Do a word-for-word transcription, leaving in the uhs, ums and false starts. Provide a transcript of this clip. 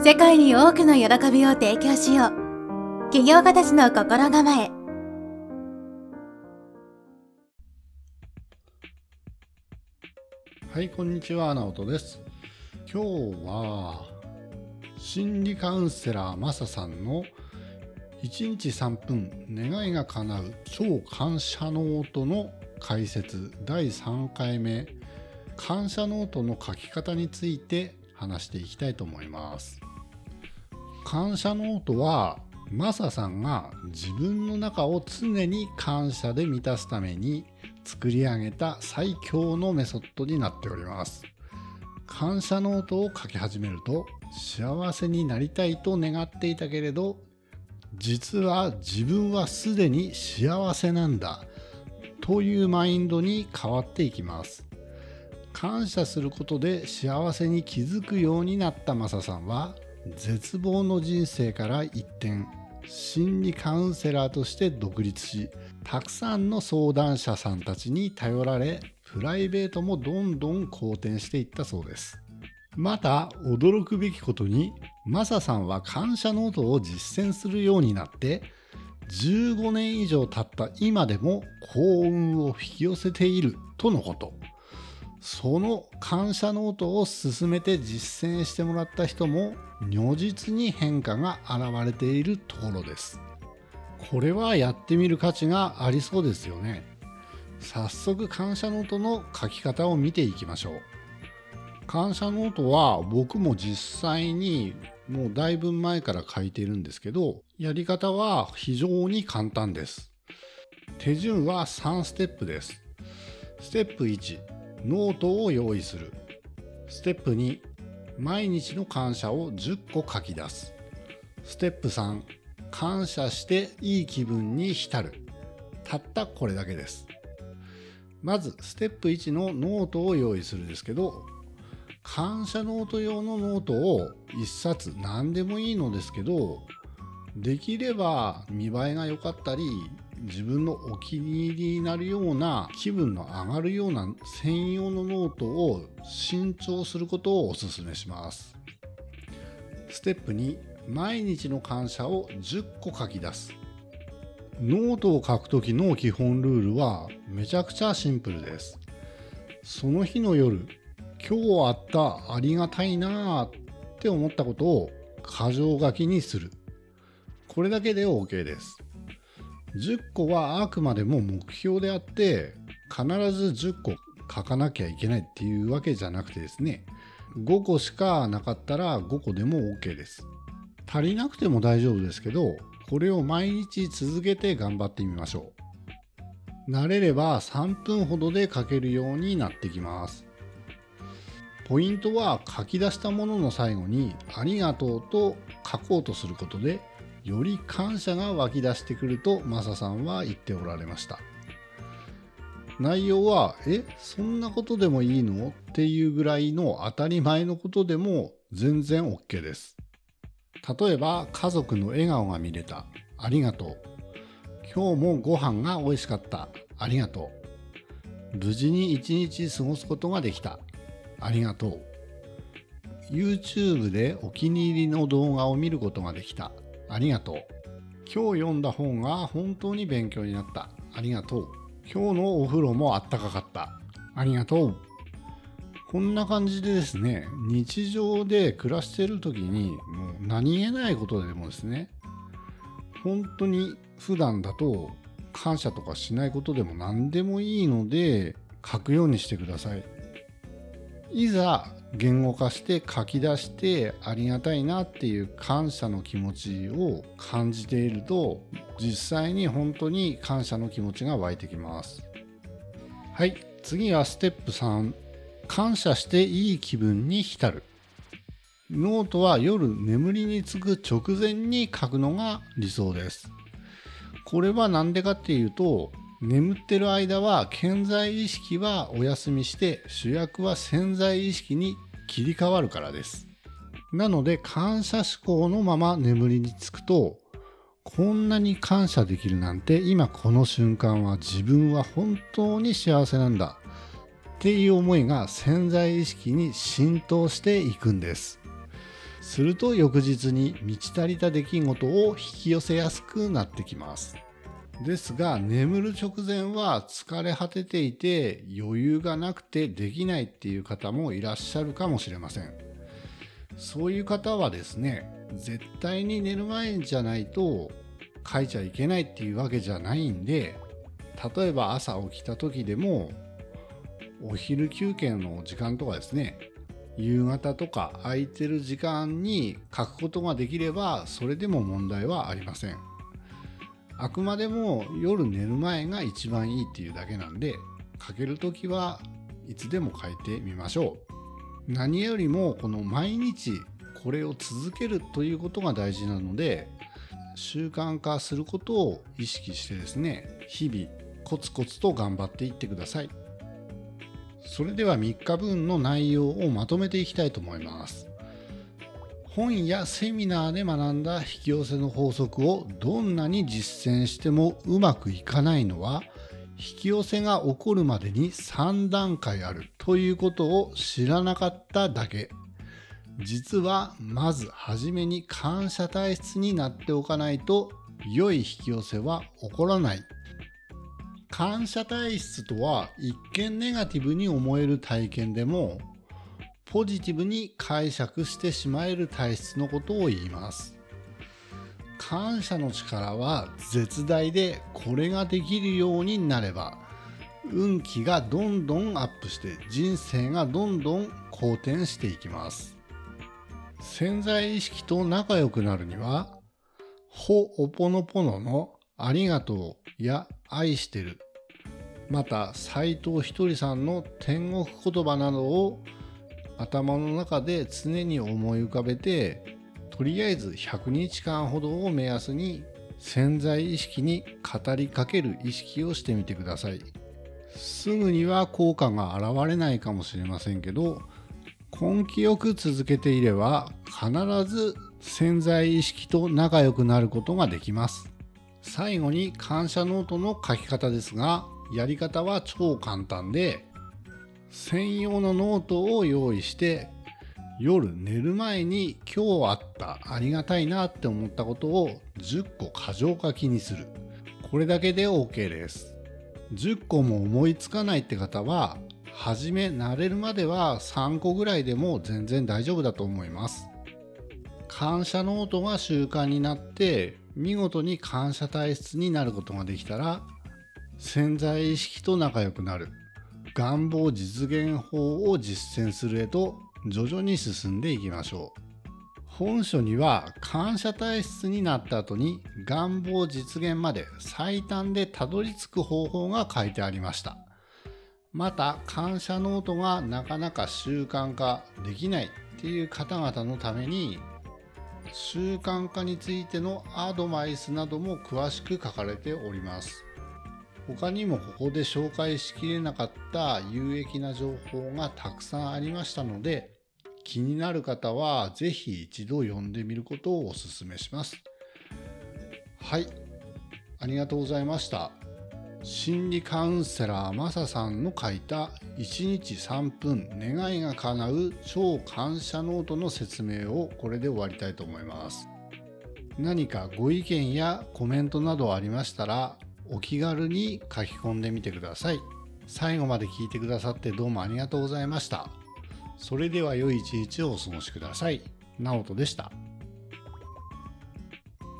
世界に多くの喜びを提供しよう。起業家たちの心構え。 はい、こんにちは、直人です。今日は心理カウンセラーマサさんのいちにちさんぷん願いが叶う超感謝ノートの解説だいさんかいめ、感謝ノートの書き方について話していきたいと思います。感謝ノートはマサさんが自分の中を常に感謝で満たすために作り上げた最強のメソッドになっております。感謝ノートを書き始めると、幸せになりたいと願っていたけれど、実は自分はすでに幸せなんだというマインドに変わっていきます。感謝することで幸せに気づくようになったマサさんは、絶望の人生から一転、心理カウンセラーとして独立し、たくさんの相談者さんたちに頼られ、プライベートもどんどん好転していったそうです。また驚くべきことに、マサさんは感謝ノートを実践するようになってじゅうごねん以上経った今でも幸運を引き寄せているとのこと。その感謝ノートを進めて実践してもらった人も如実に変化が現れているところです。これはやってみる価値がありそうですよね。早速感謝ノートの書き方を見ていきましょう。感謝ノートは僕も実際にもうだいぶ前から書いているんですけど、やり方は非常に簡単です。手順はさんステップです。ステップいち、ノートを用意する。ステップに、毎日の感謝をじゅっこ書き出す。ステップさん、感謝していい気分に浸る。たったこれだけです。まずステップいちのノートを用意するですけど、感謝ノート用のノートをいっさつ何でもいいのですけど、できれば見栄えが良かったり、自分のお気に入りになるような、気分の上がるような専用のノートを新調することをお勧めします。ステップに、毎日の感謝をじゅっこ書き出す。ノートを書くときの基本ルールはめちゃくちゃシンプルです。その日の夜、今日あったありがたいなーって思ったことを箇条書きにする。これだけで OK です。じゅっこはあくまでも目標であって、必ずじゅっこ書かなきゃいけないっていうわけじゃなくてですね、ごこしかなかったらごこでも OK です。足りなくても大丈夫ですけど、これを毎日続けて頑張ってみましょう。慣れればさんぷんほどで書けるようになってきます。ポイントは書き出したものの最後にありがとうと書こうとすることで、より感謝が湧き出してくるとマサさんは言っておられました。内容は、え、そんなことでもいいのっていうぐらいの当たり前のことでも全然 OK です。例えば、家族の笑顔が見れた。ありがとう。今日もご飯が美味しかった。ありがとう。無事に一日過ごすことができた。ありがとう。YouTube でお気に入りの動画を見ることができた。ありがとう。今日読んだ本が本当に勉強になった。ありがとう。今日のお風呂もあったかかった。ありがとう。こんな感じでですね、日常で暮らしている時にもう何気ないことでもですね、本当に普段だと感謝とかしないことでも何でもいいので書くようにしてください。いざ言語化して書き出してありがたいなっていう感謝の気持ちを感じていると、実際に本当に感謝の気持ちが湧いてきます。はい、次はステップさん、感謝していい気分に浸る。ノートは夜眠りにつく直前に書くのが理想です。これはなんでかっていうと、眠ってる間は潜在意識はお休みして主役は潜在意識に切り替わるからです。なので感謝思考のまま眠りにつくと、こんなに感謝できるなんて、今この瞬間は自分は本当に幸せなんだっていう思いが潜在意識に浸透していくんです。 すると翌日に満ち足りた出来事を引き寄せやすくなってきます。ですが、眠る直前は疲れ果てていて余裕がなくてできないっていう方もいらっしゃるかもしれません。そういう方はですね、絶対に寝る前じゃないと書いちゃいけないっていうわけじゃないんで、例えば朝起きた時でもお昼休憩の時間とかですね、夕方とか空いてる時間に書くことができればそれでも問題はありません。あくまでも夜寝る前が一番いいっていうだけなんで、書けるときはいつでも書いてみましょう。何よりもこの毎日これを続けるということが大事なので、習慣化することを意識してですね、日々コツコツと頑張っていってください。それではみっかぶんの内容をまとめていきたいと思います。本やセミナーで学んだ引き寄せの法則をどんなに実践してもうまくいかないのは、引き寄せが起こるまでにさんだんかいあるということを知らなかっただけ。実はまずはじめに感謝体質になっておかないと良い引き寄せは起こらない。感謝体質とは一見ネガティブに思える体験でもポジティブに解釈してしまえる体質のことを言います。感謝の力は絶大で、これができるようになれば運気がどんどんアップして人生がどんどん好転していきます。潜在意識と仲良くなるには、ほおぽのぽののありがとうや愛してる、また斉藤ひとりさんの天国言葉などを頭の中で常に思い浮かべて、とりあえずひゃくにちかんほどを目安に潜在意識に語りかける意識をしてみてください。すぐには効果が現れないかもしれませんけど、根気よく続けていれば必ず潜在意識と仲良くなることができます。最後に感謝ノートの書き方ですが、やり方は超簡単で、専用のノートを用意して夜寝る前に今日あったありがたいなって思ったことをじゅっこ箇条書きにする。これだけで OK です。じゅっこも思いつかないって方は、はじめ慣れるまではさんこぐらいでも全然大丈夫だと思います。感謝ノートが習慣になって見事に感謝体質になることができたら、潜在意識と仲良くなる願望実現法を実践するへと徐々に進んでいきましょう。本書には感謝体質になった後に願望実現まで最短でたどり着く方法が書いてありました。また感謝ノートがなかなか習慣化できないっていう方々のために、習慣化についてのアドバイスなども詳しく書かれております。他にもここで紹介しきれなかった有益な情報がたくさんありましたので、気になる方はぜひ一度読んでみることをお勧めします。はい、ありがとうございました。心理カウンセラーマサさんの書いたいちにちさんぷん願いが叶う超感謝ノートの説明をこれで終わりたいと思います。何かご意見やコメントなどありましたら、お気軽に書き込んでみてください。最後まで聞いてくださってどうもありがとうございました。それでは良い一日をお過ごしください。直人でした。